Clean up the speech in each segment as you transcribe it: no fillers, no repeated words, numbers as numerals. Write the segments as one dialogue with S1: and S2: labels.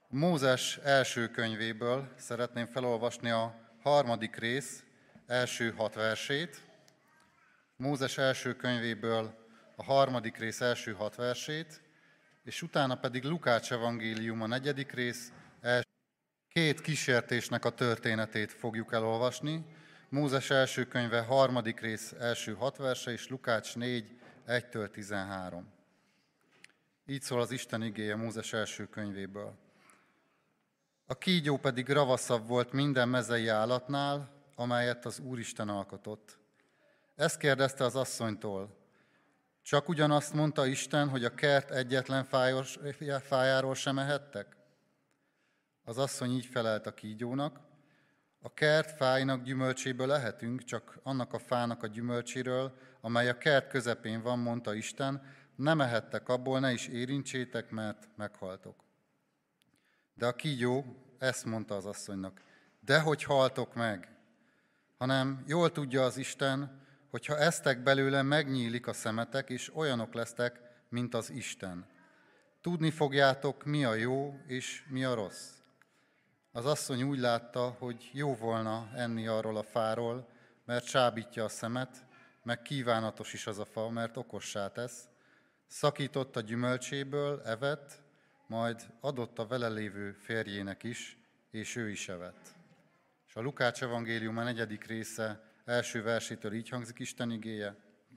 S1: Mózes első könyvéből szeretném felolvasni a harmadik rész első 6 versét. Mózes első könyvéből a harmadik rész első 6 versét, és utána pedig Lukács evangélium a negyedik rész két kísértésnek a történetét fogjuk elolvasni. Mózes első könyve harmadik rész első 6 verse, és Lukács 4, 1-től 13. Így szól az Isten igéje Mózes első könyvéből. A kígyó pedig ravaszabb volt minden mezei állatnál, amelyet az Úristen alkotott. Ezt kérdezte az asszonytól. Csak ugyanazt mondta Isten, hogy a kert egyetlen fájáról sem ehettek? Az asszony így felelt a kígyónak. A kert fáinak gyümölcséből ehetünk, csak annak a fának a gyümölcséről, amely a kert közepén van, mondta Isten, nem ehettek abból, ne is érintsétek, mert meghaltok. De a kígyó ezt mondta az asszonynak, dehogy haltok meg, hanem jól tudja az Isten, hogyha esztek belőle, megnyílik a szemetek, és olyanok lesztek, mint az Isten. Tudni fogjátok, mi a jó és mi a rossz. Az asszony úgy látta, hogy jó volna enni arról a fáról, mert csábítja a szemet, meg kívánatos is az a fa, mert okossá tesz. Szakított a gyümölcséből, evett, majd adott a vele lévő férjének is, és ő is evett. És a Lukács evangélium a negyedik része első versétől így hangzik Isten igéje.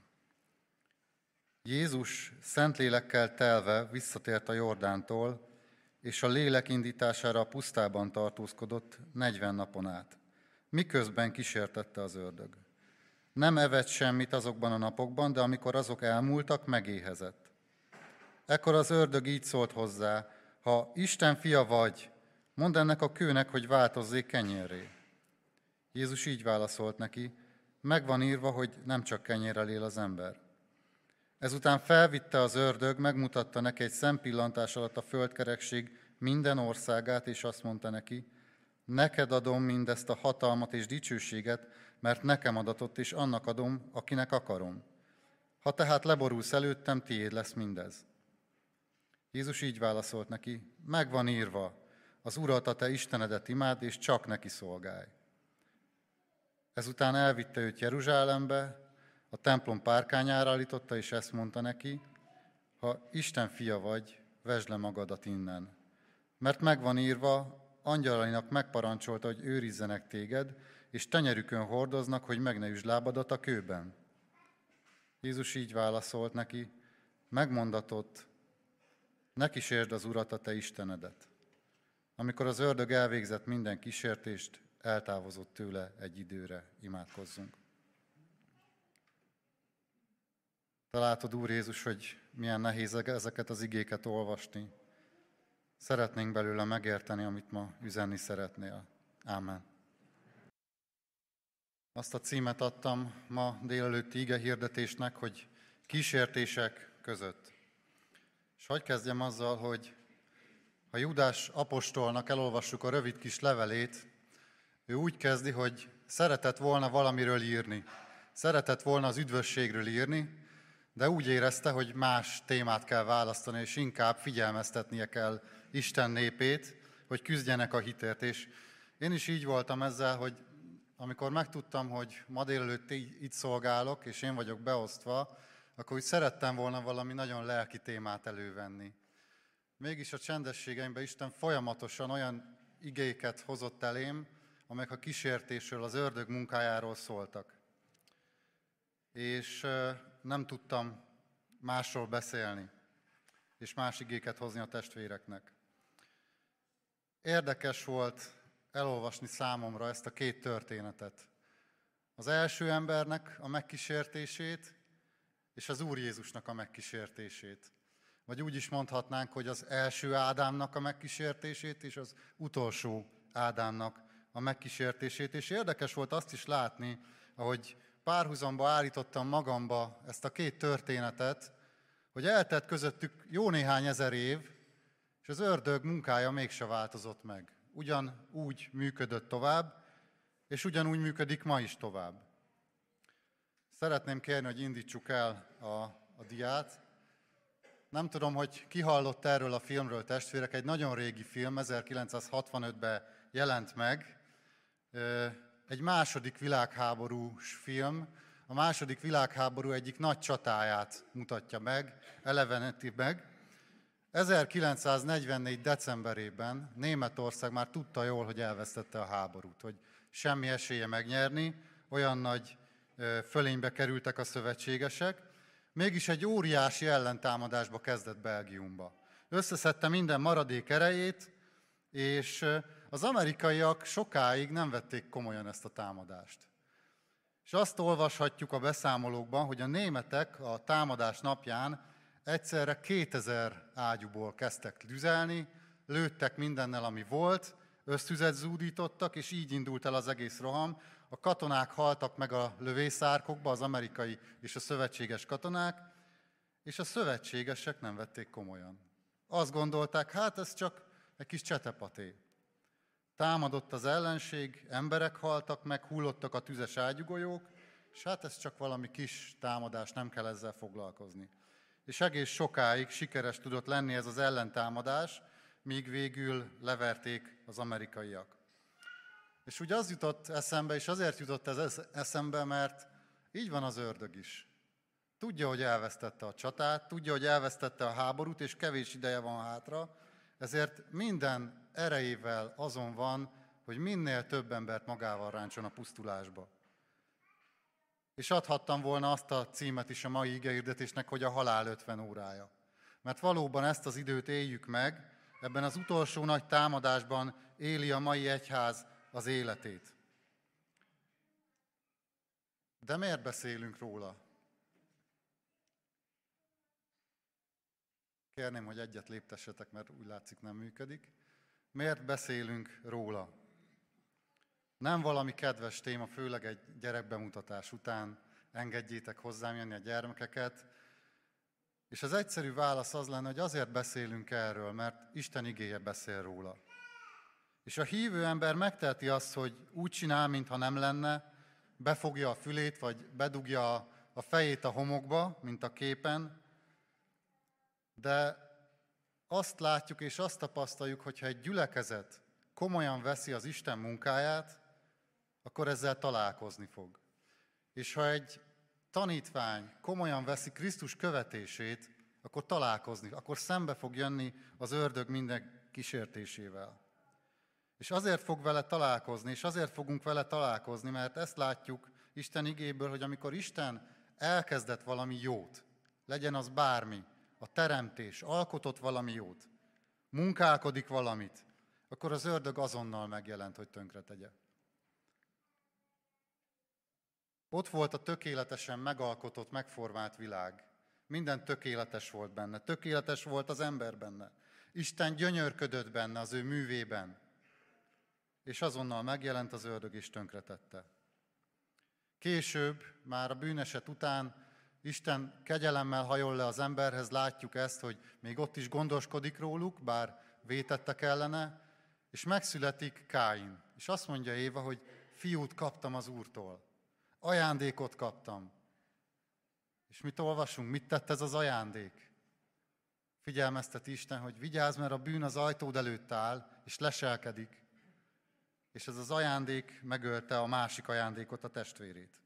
S1: Jézus Szentlélekkel telve visszatért a Jordántól, és a lélek indítására a pusztában tartózkodott 40 napon át. Miközben kísértette az ördög. Nem evett semmit azokban a napokban, de amikor azok elmúltak, megéhezett. Ekkor az ördög így szólt hozzá, ha Isten fia vagy, mondd ennek a kőnek, hogy változzék kenyérré. Jézus így válaszolt neki, megvan írva, hogy nem csak kenyérrel él az ember. Ezután felvitte az ördög, megmutatta neki egy szempillantás alatt a földkerekség minden országát, és azt mondta neki, neked adom mindezt a hatalmat és dicsőséget, mert nekem adatott, és annak adom, akinek akarom. Ha tehát leborulsz előttem, tiéd lesz mindez. Jézus így válaszolt neki, megvan írva, az Urat, a te Istenedet imád, és csak neki szolgálj. Ezután elvitte őt Jeruzsálembe, a templom párkányára állította, és ezt mondta neki, ha Isten fia vagy, vesd le magadat innen. Mert megvan írva, angyalainak megparancsolta, hogy őrizzenek téged, és tenyerükön hordoznak, hogy meg ne üsd lábadat a kőben. Jézus így válaszolt neki, megmondatott, ne kísérd az Urat, a te Istenedet. Amikor az ördög elvégzett minden kísértést, eltávozott tőle egy időre, imádkozzunk. Te látod, Úr Jézus, hogy milyen nehéz ezeket az igéket olvasni. Szeretnénk belőle megérteni, amit ma üzenni szeretnél. Ámen. Azt a címet adtam ma délelőtti igehirdetésnek, hogy kísértések között. És hadd kezdjem azzal, hogy ha Júdás apostolnak elolvassuk a rövid kis levelét, ő úgy kezdi, hogy szeretett volna valamiről írni. Szeretett volna az üdvösségről írni, de úgy érezte, hogy más témát kell választani, és inkább figyelmeztetnie kell Isten népét, hogy küzdjenek a hitért. És én is így voltam ezzel, hogy amikor megtudtam, hogy ma délelőtt itt szolgálok, és én vagyok beosztva, akkor úgy szerettem volna valami nagyon lelki témát elővenni. Mégis a csendességeimben Isten folyamatosan olyan igéket hozott elém, amelyek a kísértésről, az ördög munkájáról szóltak. És nem tudtam másról beszélni, és más igéket hozni a testvéreknek. Érdekes volt elolvasni számomra ezt a két történetet. Az első embernek a megkísértését, és az Úr Jézusnak a megkísértését. Vagy úgy is mondhatnánk, hogy az első Ádámnak a megkísértését, és az utolsó Ádámnak a megkísértését. És érdekes volt azt is látni, ahogy párhuzamba állítottam magamba ezt a két történetet, hogy eltelt közöttük jó néhány ezer év, és az ördög munkája mégse változott meg. Ugyanúgy működött tovább, és ugyanúgy működik ma is tovább. Szeretném kérni, hogy indítsuk el a diát. Nem tudom, hogy ki hallott erről a filmről, testvérek, egy nagyon régi film, 1965-ben jelent meg. Egy második világháborús film, a második világháború egyik nagy csatáját mutatja meg, eleveníti meg. 1944. decemberében Németország már tudta jól, hogy elvesztette a háborút, hogy semmi esélye megnyerni, olyan nagy fölénybe kerültek a szövetségesek. Mégis egy óriási ellentámadásba kezdett Belgiumba. Összeszedte minden maradék erejét, és az amerikaiak sokáig nem vették komolyan ezt a támadást. És azt olvashatjuk a beszámolókban, hogy a németek a támadás napján egyszerre 2000 ágyúból kezdtek tüzelni, lőttek mindennel, ami volt, ösztüzet zúdítottak, és így indult el az egész roham. A katonák haltak meg a lövészárkokba, az amerikai és a szövetséges katonák, és a szövetségesek nem vették komolyan. Azt gondolták, hát ez csak egy kis csetepaté. Támadott az ellenség, emberek haltak meg, hullottak a tüzes ágyúgolyók, és hát ez csak valami kis támadás, nem kell ezzel foglalkozni. És egész sokáig sikeres tudott lenni ez az ellentámadás, míg végül leverték az amerikaiak. És úgy az jutott eszembe, és azért jutott ez eszembe, mert így van az ördög is. Tudja, hogy elvesztette a csatát, tudja, hogy elvesztette a háborút, és kevés ideje van hátra, ezért minden erejével azon van, hogy minél több embert magával ráncson a pusztulásba. És adhattam volna azt a címet is a mai igehirdetésnek, hogy a halál 50 órája. Mert valóban ezt az időt éljük meg, ebben az utolsó nagy támadásban éli a mai egyház az életét. De miért beszélünk róla? Kérném, hogy egyet léptessetek, mert úgy látszik nem működik. Miért beszélünk róla? Nem valami kedves téma, főleg egy gyerekbemutatás után, engedjétek hozzám jönni a gyermekeket. És az egyszerű válasz az lenne, hogy azért beszélünk erről, mert Isten igéje beszél róla. És a hívő ember megteheti azt, hogy úgy csinál, mintha nem lenne, befogja a fülét, vagy bedugja a fejét a homokba, mint a képen, de azt látjuk és azt tapasztaljuk, hogyha egy gyülekezet komolyan veszi az Isten munkáját, akkor ezzel találkozni fog. És ha egy tanítvány komolyan veszi Krisztus követését, akkor találkozni, akkor szembe fog jönni az ördög minden kísértésével. És azért fog vele találkozni, és azért fogunk vele találkozni, mert ezt látjuk Isten igéből, hogy amikor Isten elkezdett valami jót, legyen az bármi, a teremtés, alkotott valami jót, munkálkodik valamit, akkor az ördög azonnal megjelent, hogy tönkretegye. Ott volt a tökéletesen megalkotott, megformált világ. Minden tökéletes volt benne, tökéletes volt az ember benne. Isten gyönyörködött benne az ő művében, és azonnal megjelent az ördög és tönkretette. Később, már a bűneset után Isten kegyelemmel hajol le az emberhez, látjuk ezt, hogy még ott is gondoskodik róluk, bár vétettek ellene, és megszületik Káin. És azt mondja Éva, hogy fiút kaptam az Úrtól, ajándékot kaptam. És mit olvasunk? Mit tett ez az ajándék? Figyelmeztet Isten, hogy vigyázz, mert a bűn az ajtód előtt áll, és leselkedik. És ez az ajándék megölte a másik ajándékot, a testvérét.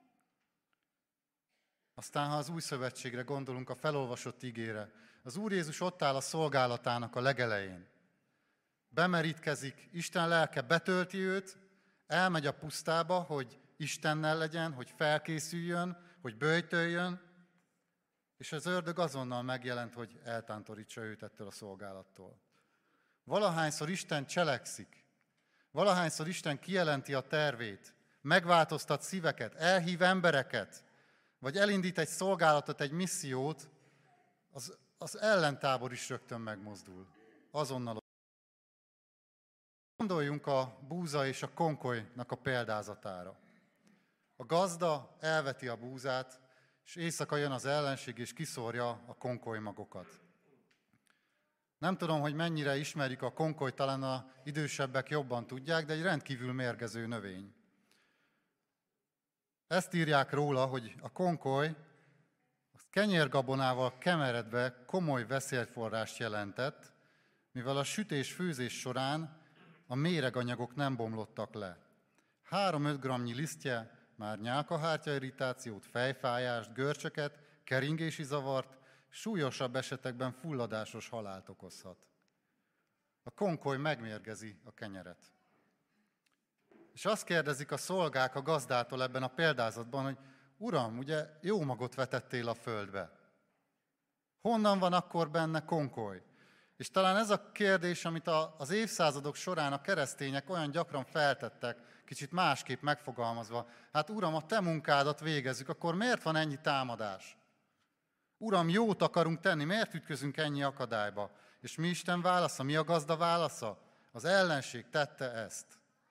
S1: Aztán, ha az új szövetségre gondolunk, a felolvasott igére, az Úr Jézus ott áll a szolgálatának a legelején. Bemerítkezik, Isten lelke betölti őt, elmegy a pusztába, hogy Istennel legyen, hogy felkészüljön, hogy böjtöljön, és az ördög azonnal megjelent, hogy eltántorítsa őt ettől a szolgálattól. Valahányszor Isten cselekszik, valahányszor Isten kijelenti a tervét, megváltoztat szíveket, elhív embereket, vagy elindít egy szolgálatot, egy missziót, az ellentábor is rögtön megmozdul. Azonnal. Gondoljunk a búza és a konkolynak a példázatára. A gazda elveti a búzát, és éjszaka jön az ellenség, és kiszórja a konkolymagokat. Nem tudom, hogy mennyire ismerjük a konkolyt, talán az idősebbek jobban tudják, de egy rendkívül mérgező növény. Ezt írják róla, hogy a konkoly azt kenyérgabonával kemeredve komoly veszélyforrást jelentett, mivel a sütés-főzés során a méreganyagok nem bomlottak le. 3-5 grammnyi lisztje már nyálkahártya irritációt, fejfájást, görcsöket, keringési zavart, súlyosabb esetekben fulladásos halált okozhat. A konkoly megmérgezi a kenyeret. És azt kérdezik a szolgák a gazdától ebben a példázatban, hogy Uram, ugye jó magot vetettél a földbe. Honnan van akkor benne konkoly? És talán ez a kérdés, amit az évszázadok során a keresztények olyan gyakran feltettek, kicsit másképp megfogalmazva. Hát Uram, a te munkádat végezzük, akkor miért van ennyi támadás? Uram, jót akarunk tenni, miért ütközünk ennyi akadályba? És mi Isten válasza? Mi a gazda válasza? Az ellenség tette ezt.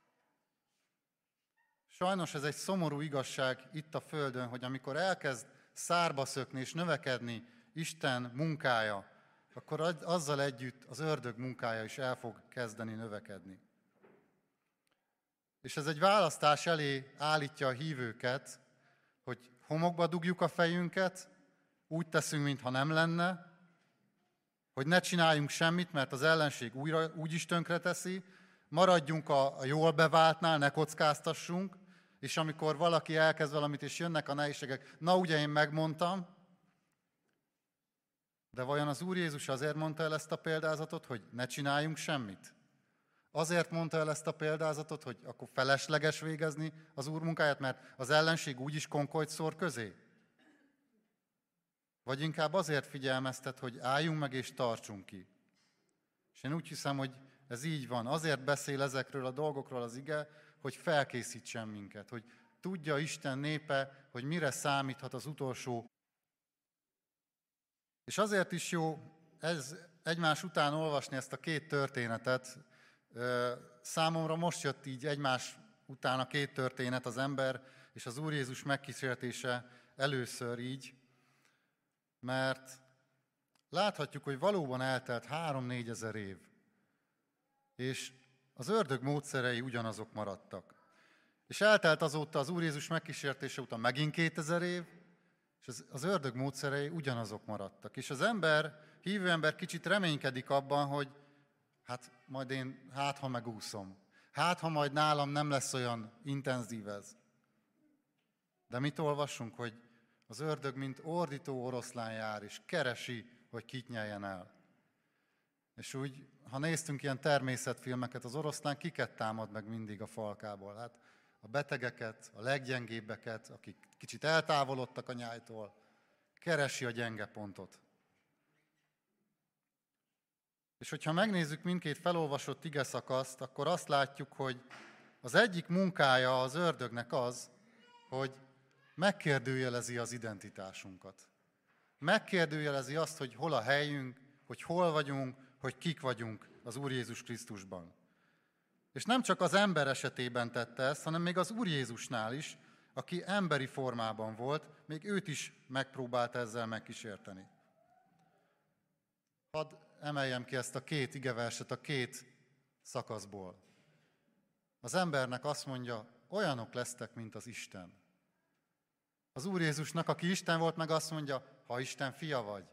S1: Sajnos ez egy szomorú igazság itt a Földön, hogy amikor elkezd szárba szökni és növekedni Isten munkája, akkor azzal együtt az ördög munkája is el fog kezdeni növekedni. És ez egy választás elé állítja a hívőket, hogy homokba dugjuk a fejünket, úgy teszünk, mintha nem lenne, hogy ne csináljunk semmit, mert az ellenség úgy is tönkreteszi, maradjunk a jól beváltnál, ne kockáztassunk, és amikor valaki elkezd valamit, és jönnek a nehézségek, na ugye én megmondtam, de vajon az Úr Jézus azért mondta el ezt a példázatot, hogy ne csináljunk semmit? Azért mondta el ezt a példázatot, hogy akkor felesleges végezni az Úr munkáját, mert az ellenség úgyis konkolyt szór közé? Vagy inkább azért figyelmeztet, hogy álljunk meg és tartsunk ki? És én úgy hiszem, hogy ez így van. Azért beszél ezekről a dolgokról az ige, hogy felkészítsen minket, hogy tudja Isten népe, hogy mire számíthat az utolsó. És azért is jó egymás után olvasni ezt a két történetet. Számomra most jött így egymás után a két történet, az ember és az Úr Jézus megkísértése először így, mert láthatjuk, hogy valóban eltelt 3-4 ezer év, és az ördög módszerei ugyanazok maradtak. És eltelt azóta az Úr Jézus megkísértése után megint 2000 év, és az ördög módszerei ugyanazok maradtak. És az ember, hívő ember kicsit reménykedik abban, hogy hát majd én, ha megúszom. Ha majd nálam nem lesz olyan intenzív ez. De mit olvasunk, hogy az ördög, mint ordító oroszlán jár, és keresi, hogy kit nyeljen el. És úgy, ha néztünk ilyen természetfilmeket, az oroszlán kiket támad meg mindig a falkából? Hát a betegeket, a leggyengébbeket, akik kicsit eltávolodtak a nyájtól, keresi a gyenge pontot. És hogyha megnézzük mindkét felolvasott igeszakaszt, akkor azt látjuk, hogy az egyik munkája az ördögnek az, hogy megkérdőjelezi az identitásunkat. Megkérdőjelezi azt, hogy hol a helyünk, hogy hol vagyunk, hogy kik vagyunk az Úr Jézus Krisztusban. És nem csak az ember esetében tette ezt, hanem még az Úr Jézusnál is, aki emberi formában volt, még őt is megpróbált ezzel megkísérteni. Hadd emeljem ki ezt a két igeverset a két szakaszból. Az embernek azt mondja, olyanok lesztek, mint az Isten. Az Úr Jézusnak, aki Isten volt, meg azt mondja, ha Isten fia vagy.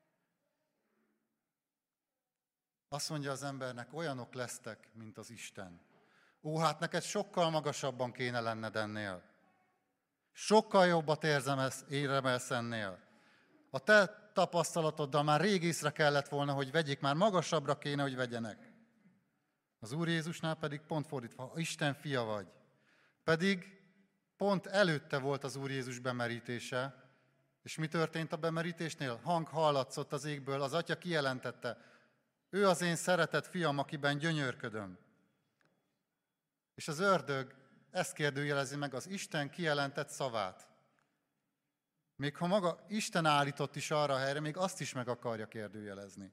S1: Azt mondja az embernek, olyanok lesztek, mint az Isten. Ó, hát neked sokkal magasabban kéne lenned ennél. Sokkal jobbat éremelsz ennél. A te tapasztalatoddal már rég észre kellett volna, hogy vegyék, már magasabbra kéne, hogy vegyenek. Az Úr Jézusnál pedig pont fordítva, ha Isten fia vagy. Pedig pont előtte volt az Úr Jézus bemerítése, és mi történt a bemerítésnél? Hang hallatszott az égből, az Atya kijelentette, ő az én szeretett fiam, akiben gyönyörködöm. És az ördög ezt kérdőjelezi meg, az Isten kijelentett szavát. Még ha maga Isten állított is arra a helyre, még azt is meg akarja kérdőjelezni.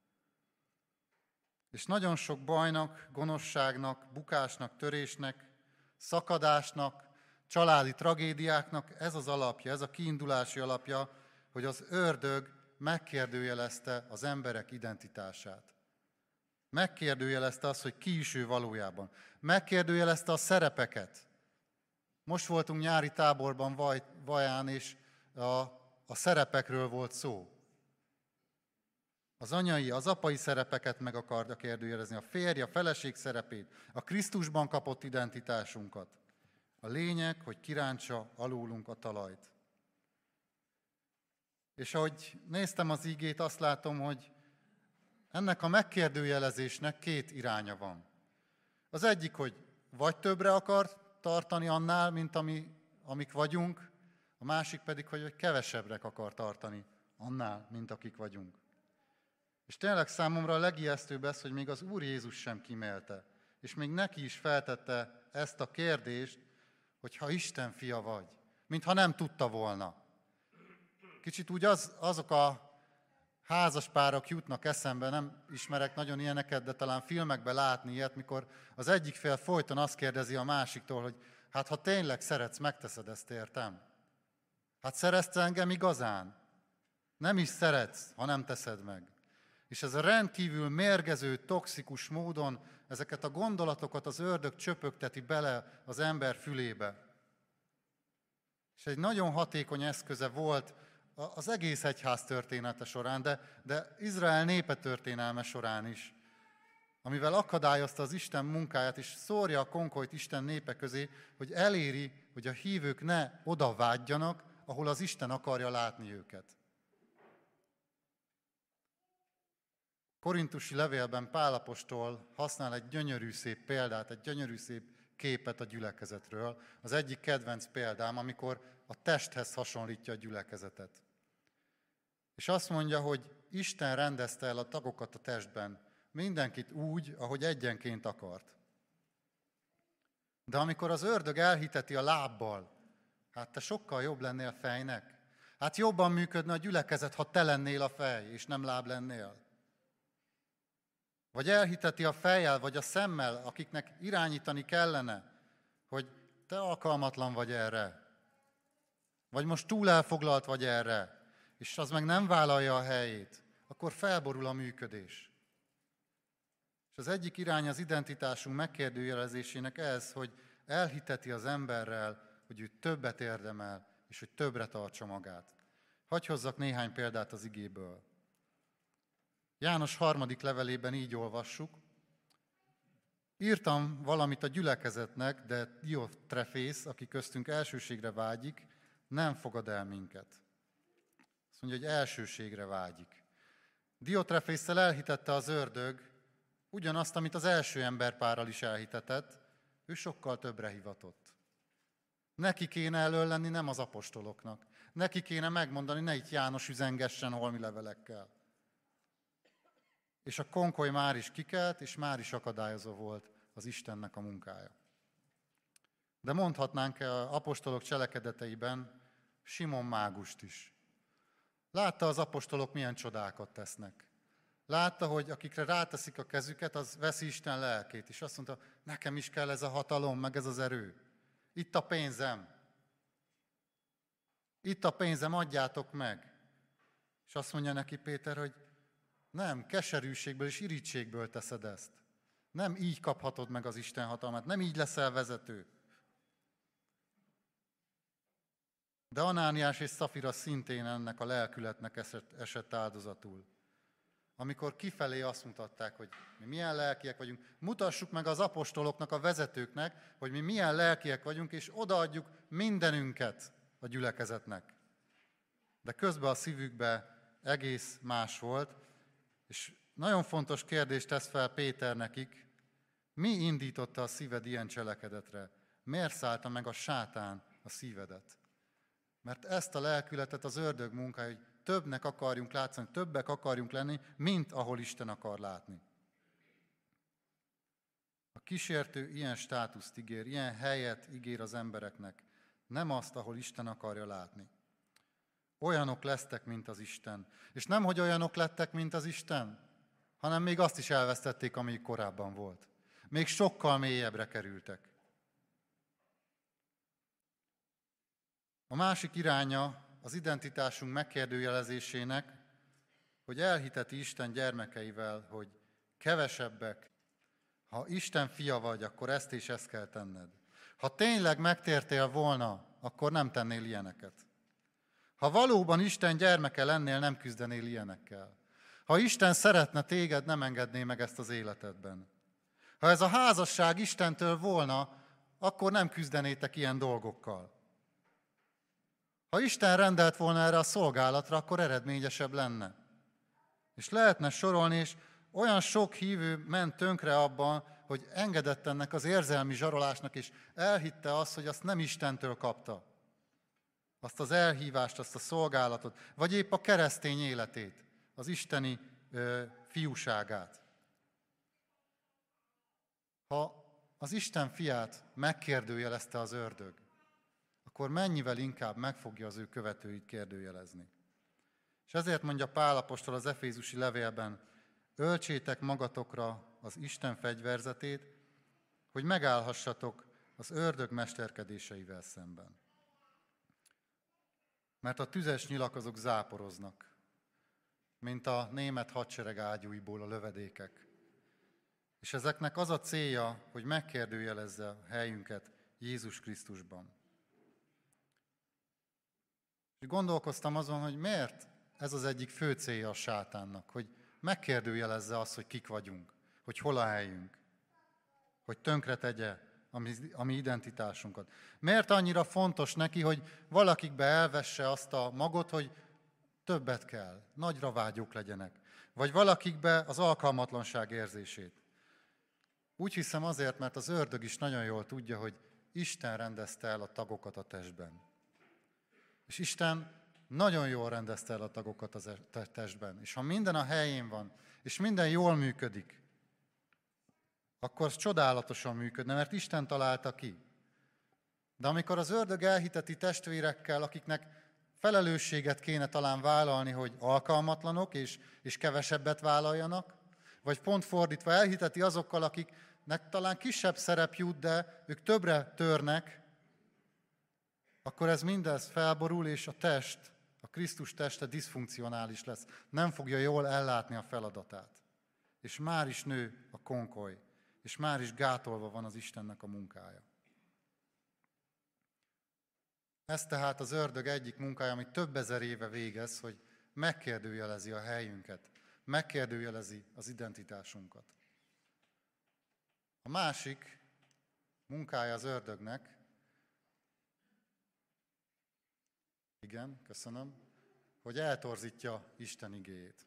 S1: És nagyon sok bajnak, gonoszságnak, bukásnak, törésnek, szakadásnak, családi tragédiáknak ez az alapja, ez a kiindulási alapja, hogy az ördög megkérdőjelezte az emberek identitását. Megkérdőjelezte azt, hogy ki is ő valójában. Megkérdőjelezte a szerepeket. Most voltunk nyári táborban Vaján, és a a szerepekről volt szó. Az anyai, az apai szerepeket meg akarja kérdőjelezni, a férj, a feleség szerepét, a Krisztusban kapott identitásunkat. A lényeg, hogy kirántsa alólunk a talajt. És ahogy néztem az ígét, azt látom, hogy ennek a megkérdőjelezésnek két iránya van. Az egyik, hogy vagy többre akar tartani annál, mint amik vagyunk, a másik pedig, hogy kevesebbre akar tartani annál, mint akik vagyunk. És tényleg számomra a legijesztőbb ez, hogy még az Úr Jézus sem kímélte, és még neki is feltette ezt a kérdést, hogy ha Isten fia vagy, mintha nem tudta volna. Kicsit úgy azok a házaspárok jutnak eszembe, nem ismerek nagyon ilyeneket, de talán filmekben látni ilyet, mikor az egyik fél folyton azt kérdezi a másiktól, hogy hát ha tényleg szeretsz, megteszed ezt, értem? Hát szeretsz engem igazán? Nem is szeretsz, ha nem teszed meg. És ez a rendkívül mérgező, toxikus módon ezeket a gondolatokat az ördög csöpögteti bele az ember fülébe. És egy nagyon hatékony eszköze volt az egész egyház története során, de Izrael népe történelme során is, amivel akadályozta az Isten munkáját, és szórja a konkolyt Isten népe közé, hogy eléri, hogy a hívők ne oda vágyjanak, ahol az Isten akarja látni őket. Korintusi levélben Pál apostol használ egy gyönyörű szép példát, egy gyönyörű szép képet a gyülekezetről. Az egyik kedvenc példám, amikor a testhez hasonlítja a gyülekezetet. És azt mondja, hogy Isten rendezte el a tagokat a testben, mindenkit úgy, ahogy egyenként akart. De amikor az ördög elhiteti a lábbal, hát te sokkal jobb lennél fejnek. Hát jobban működne a gyülekezet, ha te lennél a fej, és nem láb lennél. Vagy elhiteti a fejjel, vagy a szemmel, akiknek irányítani kellene, hogy te alkalmatlan vagy erre. Vagy most túl elfoglalt vagy erre, és az meg nem vállalja a helyét, akkor felborul a működés. És az egyik irány az identitásunk megkérdőjelezésének ez, hogy elhiteti az emberrel, hogy ő többet érdemel, és hogy többre tartsa magát. Hadd hozzak néhány példát az igéből. János 3. levelében így olvassuk. Írtam valamit a gyülekezetnek, de Diotrefész, aki köztünk elsőségre vágyik, nem fogad el minket. Azt mondja, hogy elsőségre vágyik. Diotrefésszel elhitette az ördög ugyanazt, amit az első emberpárral is elhitetett, ő sokkal többre hivatott. Neki kéne elől lenni, nem az apostoloknak. Neki kéne megmondani, ne itt János üzengessen holmi levelekkel. És a konkoly már is kikelt, és már is akadályozó volt az Istennek a munkája. De mondhatnánk az apostolok cselekedeteiben Simon mágust is. Látta az apostolok, milyen csodákat tesznek. Látta, hogy akikre ráteszik a kezüket, az veszi Isten lelkét, és azt mondta, nekem is kell ez a hatalom, meg ez az erő. Itt a pénzem. Itt a pénzem, adjátok meg. És azt mondja neki Péter, hogy nem, keserűségből és irítségből teszed ezt. Nem így kaphatod meg az Isten hatalmát, nem így leszel vezető. De Anániás és Szafira szintén ennek a lelkületnek esett áldozatul. Amikor kifelé azt mutatták, hogy mi milyen lelkiek vagyunk, mutassuk meg az apostoloknak, a vezetőknek, hogy mi milyen lelkiek vagyunk, és odaadjuk mindenünket a gyülekezetnek. De közben a szívükbe egész más volt, és nagyon fontos kérdést tesz fel Péter nekik, mi indította a szíved ilyen cselekedetre? Miért szállta meg a sátán a szívedet? Mert ezt a lelkületet az ördög munkája, hogy többnek akarjunk látszani, többek akarjunk lenni, mint ahol Isten akar látni. A kísértő ilyen státuszt ígér, ilyen helyet ígér az embereknek, nem azt, ahol Isten akarja látni. Olyanok lesztek, mint az Isten. És nem, hogy olyanok lettek, mint az Isten, hanem még azt is elvesztették, ami korábban volt. Még sokkal mélyebbre kerültek. A másik iránya az identitásunk megkérdőjelezésének, hogy elhiteti Isten gyermekeivel, hogy kevesebbek. Ha Isten fia vagy, akkor ezt és ezt kell tenned. Ha tényleg megtértél volna, akkor nem tennél ilyeneket. Ha valóban Isten gyermeke lennél, nem küzdenél ilyenekkel. Ha Isten szeretne téged, nem engedné meg ezt az életedben. Ha ez a házasság Istentől volna, akkor nem küzdenétek ilyen dolgokkal. Ha Isten rendelt volna erre a szolgálatra, akkor eredményesebb lenne. És lehetne sorolni, és olyan sok hívő ment tönkre abban, hogy engedett ennek az érzelmi zsarolásnak, és elhitte azt, hogy azt nem Istentől kapta. Azt az elhívást, azt a szolgálatot, vagy épp a keresztény életét, az isteni fiúságát. Ha az Isten fiát megkérdőjelezte az ördög, akkor mennyivel inkább meg fogja az ő követőit kérdőjelezni. És ezért mondja Pál apostol az efézusi levélben, öltsétek magatokra az Isten fegyverzetét, hogy megállhassatok az ördög mesterkedéseivel szemben. Mert a tüzes nyilak azok záporoznak, mint a német hadsereg ágyúiból a lövedékek. És ezeknek az a célja, hogy megkérdőjelezze a helyünket Jézus Krisztusban. És gondolkoztam azon, hogy miért ez az egyik fő célja a sátánnak, hogy megkérdőjelezze azt, hogy kik vagyunk, hogy hol a helyünk, hogy tönkretegye a mi identitásunkat. Miért annyira fontos neki, hogy valakikbe elvesse azt a magot, hogy többet kell, nagyra vágyók legyenek, vagy valakikbe az alkalmatlanság érzését. Úgy hiszem azért, mert az ördög is nagyon jól tudja, hogy Isten rendezte el a tagokat a testben. És Isten nagyon jól rendezte el a tagokat a testben. És ha minden a helyén van, és minden jól működik, akkor az csodálatosan működne, mert Isten találta ki. De amikor az ördög elhiteti testvérekkel, akiknek felelősséget kéne talán vállalni, hogy alkalmatlanok és kevesebbet vállaljanak, vagy pont fordítva elhiteti azokkal, akiknek talán kisebb szerep jut, de ők többre törnek, akkor ez mindez felborul, és a test, a Krisztus teste diszfunkcionális lesz. Nem fogja jól ellátni a feladatát. És már is nő a konkoly, és már is gátolva van az Istennek a munkája. Ez tehát az ördög egyik munkája, amit több ezer éve végez, hogy megkérdőjelezi a helyünket, megkérdőjelezi az identitásunkat. A másik munkája az ördögnek, igen, köszönöm, hogy eltorzítja Isten igéjét.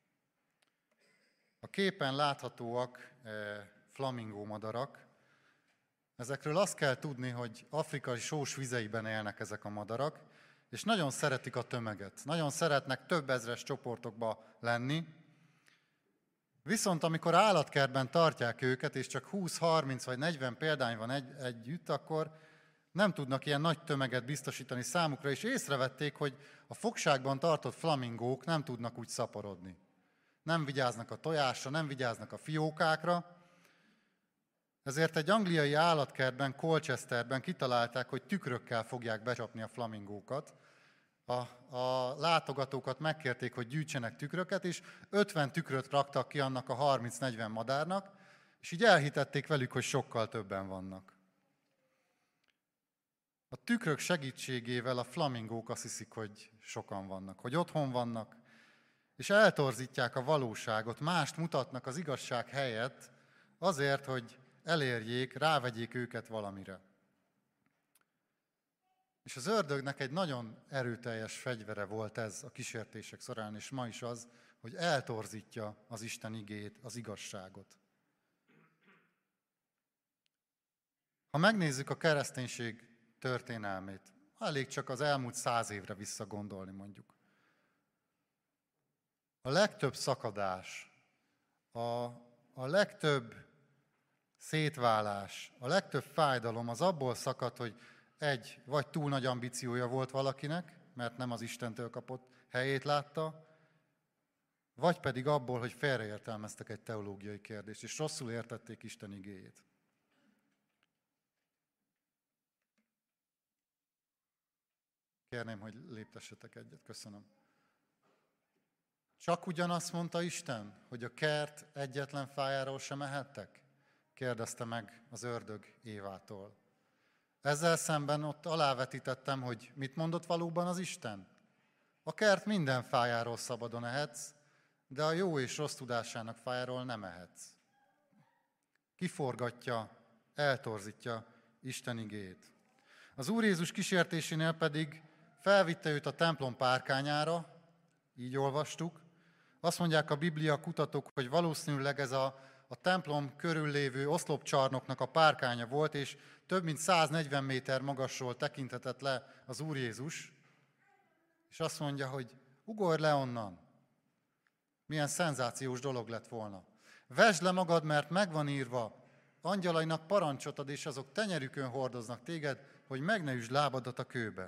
S1: A képen láthatóak flamingó madarak. Ezekről azt kell tudni, hogy afrikai sós vizeiben élnek ezek a madarak, és nagyon szeretik a tömeget. Nagyon szeretnek több ezres csoportokba lenni. Viszont amikor állatkertben tartják őket, és csak 20-30 vagy 40 példány van együtt, akkor nem tudnak ilyen nagy tömeget biztosítani számukra, és észrevették, hogy a fogságban tartott flamingók nem tudnak úgy szaporodni. Nem vigyáznak a tojásra, nem vigyáznak a fiókákra, ezért egy angliai állatkertben, Colchesterben kitalálták, hogy tükrökkel fogják becsapni a flamingókat. A látogatókat megkérték, hogy gyűjtsenek tükröket, és 50 tükröt raktak ki annak a 30-40 madárnak, és így elhitették velük, hogy sokkal többen vannak. A tükrök segítségével a flamingók azt hiszik, hogy sokan vannak, hogy otthon vannak, és eltorzítják a valóságot, mást mutatnak az igazság helyett azért, hogy elérjék, rávegyék őket valamire. És az ördögnek egy nagyon erőteljes fegyvere volt ez a kísértések során, és ma is az, hogy eltorzítja az Isten igéjét, az igazságot. Ha megnézzük a kereszténység történelmét, elég csak az elmúlt 100 évre visszagondolni mondjuk. A legtöbb szakadás, a legtöbb szétválás, a legtöbb fájdalom az abból szakad, hogy vagy túl nagy ambíciója volt valakinek, mert nem az Istentől kapott helyét látta, vagy pedig abból, hogy félreértelmeztek egy teológiai kérdést, és rosszul értették Isten igéjét. Kérném, hogy léptessetek egyet. Köszönöm. Csak ugyanazt mondta Isten, hogy a kert egyetlen fájáról sem ehettek? Kérdezte meg az ördög Évától. Ezzel szemben ott alávetítettem, hogy mit mondott valóban az Isten? A kert minden fájáról szabadon ehetsz, de a jó és rossz tudásának fájáról nem ehetsz. Kiforgatja, eltorzítja Isten igéjét. Az Úr Jézus kísértésénél pedig felvitte őt a templom párkányára, így olvastuk. Azt mondják a Biblia kutatók, hogy valószínűleg ez a templom körül lévő oszlopcsarnoknak a párkánya volt, és több mint 140 méter magasról tekinthetett le az Úr Jézus, és azt mondja, hogy ugorj le onnan. Milyen szenzációs dolog lett volna. Vesd le magad, mert megvan írva, angyalainak parancsot ad, és azok tenyerükön hordoznak téged, hogy meg ne üsd lábadat a kőbe.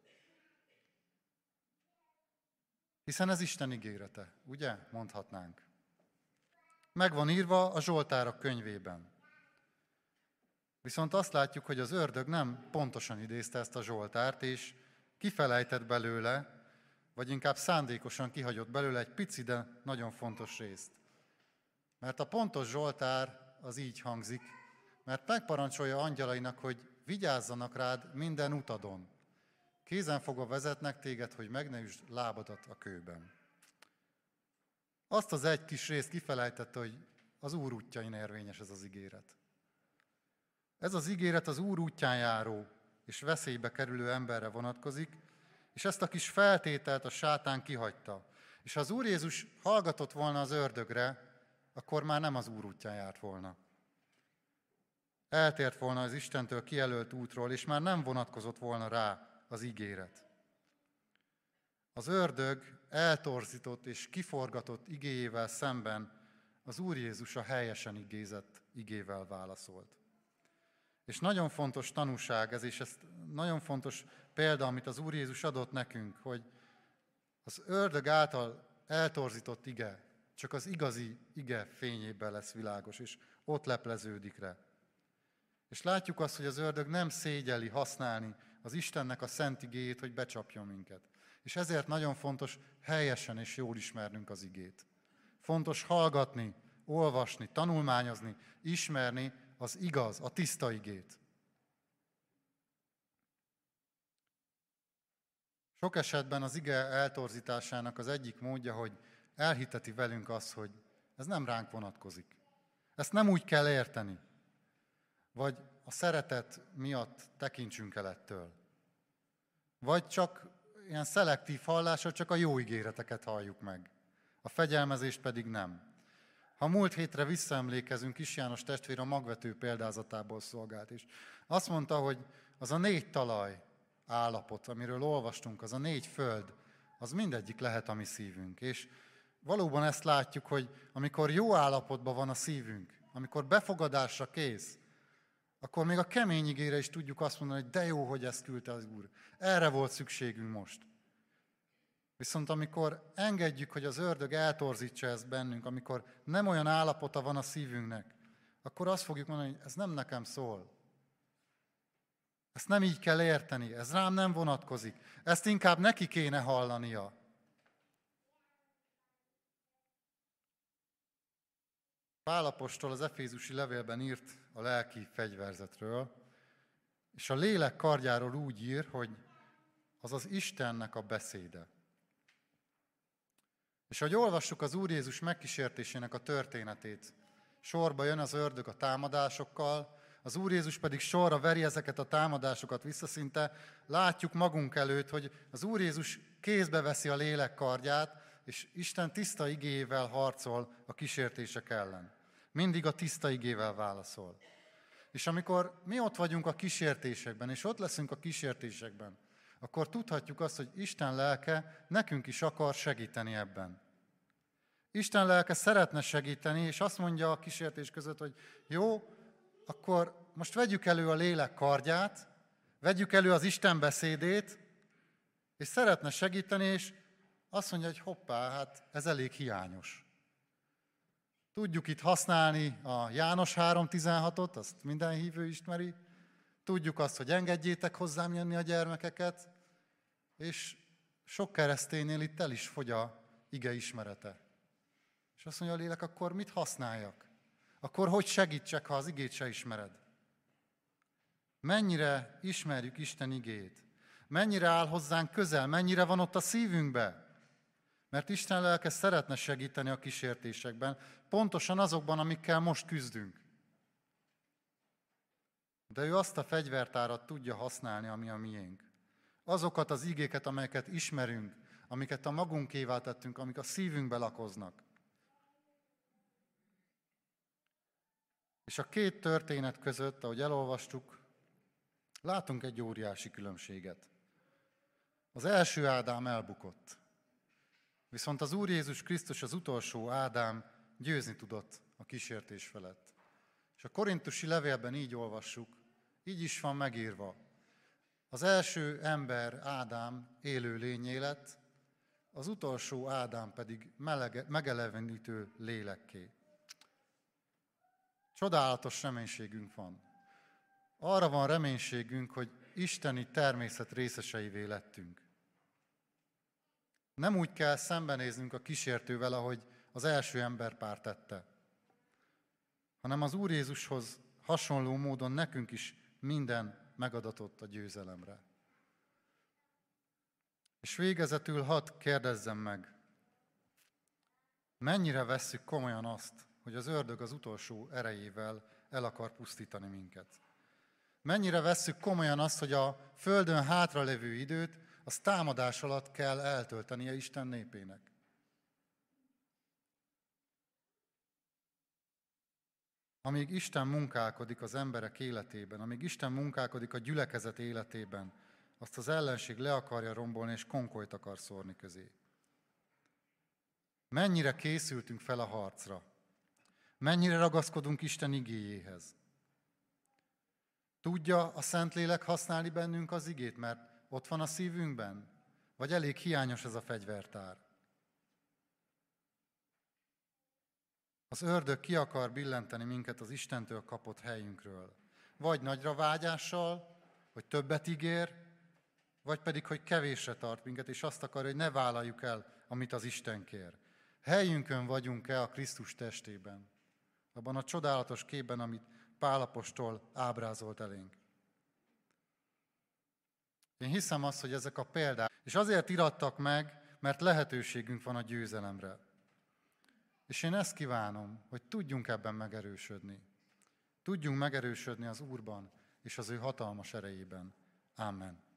S1: Hiszen ez Isten ígérete, ugye? Mondhatnánk. Megvan írva a Zsoltárok könyvében. Viszont azt látjuk, hogy az ördög nem pontosan idézte ezt a Zsoltárt, és kifelejtett belőle, vagy inkább szándékosan kihagyott belőle egy pici, de nagyon fontos részt. Mert a pontos Zsoltár az így hangzik, mert megparancsolja angyalainak, hogy vigyázzanak rád minden utadon. Kézen fogva vezetnek téged, hogy meg ne üsd lábadat a kőben. Azt az egy kis részt kifelejtette, hogy az Úr útjain érvényes ez az ígéret. Ez az ígéret az Úr útján járó és veszélybe kerülő emberre vonatkozik, és ezt a kis feltételt a sátán kihagyta. És ha az Úr Jézus hallgatott volna az ördögre, akkor már nem az Úr útján járt volna. Eltért volna az Istentől kijelölt útról, és már nem vonatkozott volna rá az ígéret. Az ördög eltorzított és kiforgatott igéjével szemben az Úr Jézus a helyesen igézett igével válaszolt. És nagyon fontos tanúság ez, és ez nagyon fontos példa, amit az Úr Jézus adott nekünk, hogy az ördög által eltorzított ige csak az igazi ige fényében lesz világos, és ott lepleződik rá. És látjuk azt, hogy az ördög nem szégyeli használni az Istennek a szent igéjét, hogy becsapjon minket. És ezért nagyon fontos helyesen és jól ismernünk az igét. Fontos hallgatni, olvasni, tanulmányozni, ismerni az igaz, a tiszta igét. Sok esetben az ige eltorzításának az egyik módja, hogy elhiteti velünk azt, hogy ez nem ránk vonatkozik. Ezt nem úgy kell érteni. Vagy a szeretet miatt tekintsünk el ettől. Vagy csak ilyen szelektív hallásra csak a jó ígéreteket halljuk meg. A fegyelmezést pedig nem. Ha múlt hétre visszaemlékezünk, Kis János testvér a magvető példázatából szolgált, és azt mondta, hogy az a 4 talaj állapot, amiről olvastunk, az a 4 föld, az mindegyik lehet a mi szívünk. És valóban ezt látjuk, hogy amikor jó állapotban van a szívünk, amikor befogadásra kész, akkor még a kemény igére is tudjuk azt mondani, hogy de jó, hogy ezt küldte az Úr. Erre volt szükségünk most. Viszont amikor engedjük, hogy az ördög eltorzítsa ezt bennünk, amikor nem olyan állapota van a szívünknek, akkor azt fogjuk mondani, hogy ez nem nekem szól. Ezt nem így kell érteni, ez rám nem vonatkozik. Ezt inkább neki kéne hallania. Pál apostol az Efézusi levélben írt a lelki fegyverzetről, és a lélek kardjáról úgy ír, hogy az az Istennek a beszéde. És ahogy olvassuk az Úr Jézus megkísértésének a történetét, sorba jön az ördög a támadásokkal, az Úr Jézus pedig sorra veri ezeket a támadásokat visszaszinte, látjuk magunk előtt, hogy az Úr Jézus kézbe veszi a lélek kardját, és Isten tiszta igéjével harcol a kísértések ellen. Mindig a tiszta igével válaszol. És amikor mi ott vagyunk a kísértésekben, és ott leszünk a kísértésekben, akkor tudhatjuk azt, hogy Isten lelke nekünk is akar segíteni ebben. Isten lelke szeretne segíteni, és azt mondja a kísértés között, hogy jó, akkor most vegyük elő a lélek kardját, vegyük elő az Isten beszédét, és szeretne segíteni, és azt mondja, hogy hoppá, hát ez elég hiányos. Tudjuk itt használni a János 3.16-ot, azt minden hívő ismeri. Tudjuk azt, hogy engedjétek hozzám jönni a gyermekeket, és sok kereszténynél itt el is fogy a ige ismerete. És azt mondja a lélek, akkor mit használjak? Akkor hogy segítsek, ha az igét se ismered? Mennyire ismerjük Isten igét? Mennyire áll hozzánk közel, mennyire van ott a szívünkbe. Mert Isten lelke szeretne segíteni a kísértésekben, pontosan azokban, amikkel most küzdünk. De ő azt a fegyvertárat tudja használni, ami a miénk. Azokat az igéket, amelyeket ismerünk, amiket a magunkévá tettünk, amik a szívünkbe lakoznak. És a két történet között, ahogy elolvastuk, látunk egy óriási különbséget. Az első Ádám elbukott. Viszont az Úr Jézus Krisztus, az utolsó Ádám győzni tudott a kísértés felett. És a korintusi levélben így olvassuk, így is van megírva. Az első ember, Ádám élő lényé lett, az utolsó Ádám pedig megelevenítő lélekké. Csodálatos reménységünk van. Arra van reménységünk, hogy isteni természet részeseivé lettünk. Nem úgy kell szembenéznünk a kísértővel, ahogy az első emberpár tette, hanem az Úr Jézushoz hasonló módon nekünk is minden megadatott a győzelemre. És végezetül hadd kérdezzem meg, mennyire vesszük komolyan azt, hogy az ördög az utolsó erejével el akar pusztítani minket? Mennyire vesszük komolyan azt, hogy a földön hátralévő időt az támadás alatt kell eltöltenie Isten népének? Amíg Isten munkálkodik az emberek életében, amíg Isten munkálkodik a gyülekezet életében, azt az ellenség le akarja rombolni, és konkolyt akar szórni közé. Mennyire készültünk fel a harcra? Mennyire ragaszkodunk Isten igéjéhez? Tudja a Szentlélek használni bennünk az igét, mert ott van a szívünkben? Vagy elég hiányos ez a fegyvertár? Az ördög ki akar billenteni minket az Istentől kapott helyünkről. Vagy nagyra vágyással, hogy többet ígér, vagy pedig, hogy kevésre tart minket, és azt akarja, hogy ne vállaljuk el, amit az Isten kér. Helyünkön vagyunk-e a Krisztus testében? Abban a csodálatos képben, amit Pál apostol ábrázolt elénk. Én hiszem azt, hogy ezek a példák, és azért irattak meg, mert lehetőségünk van a győzelemre. És én ezt kívánom, hogy tudjunk ebben megerősödni. Tudjunk megerősödni az Úrban és az ő hatalmas erejében. Amen.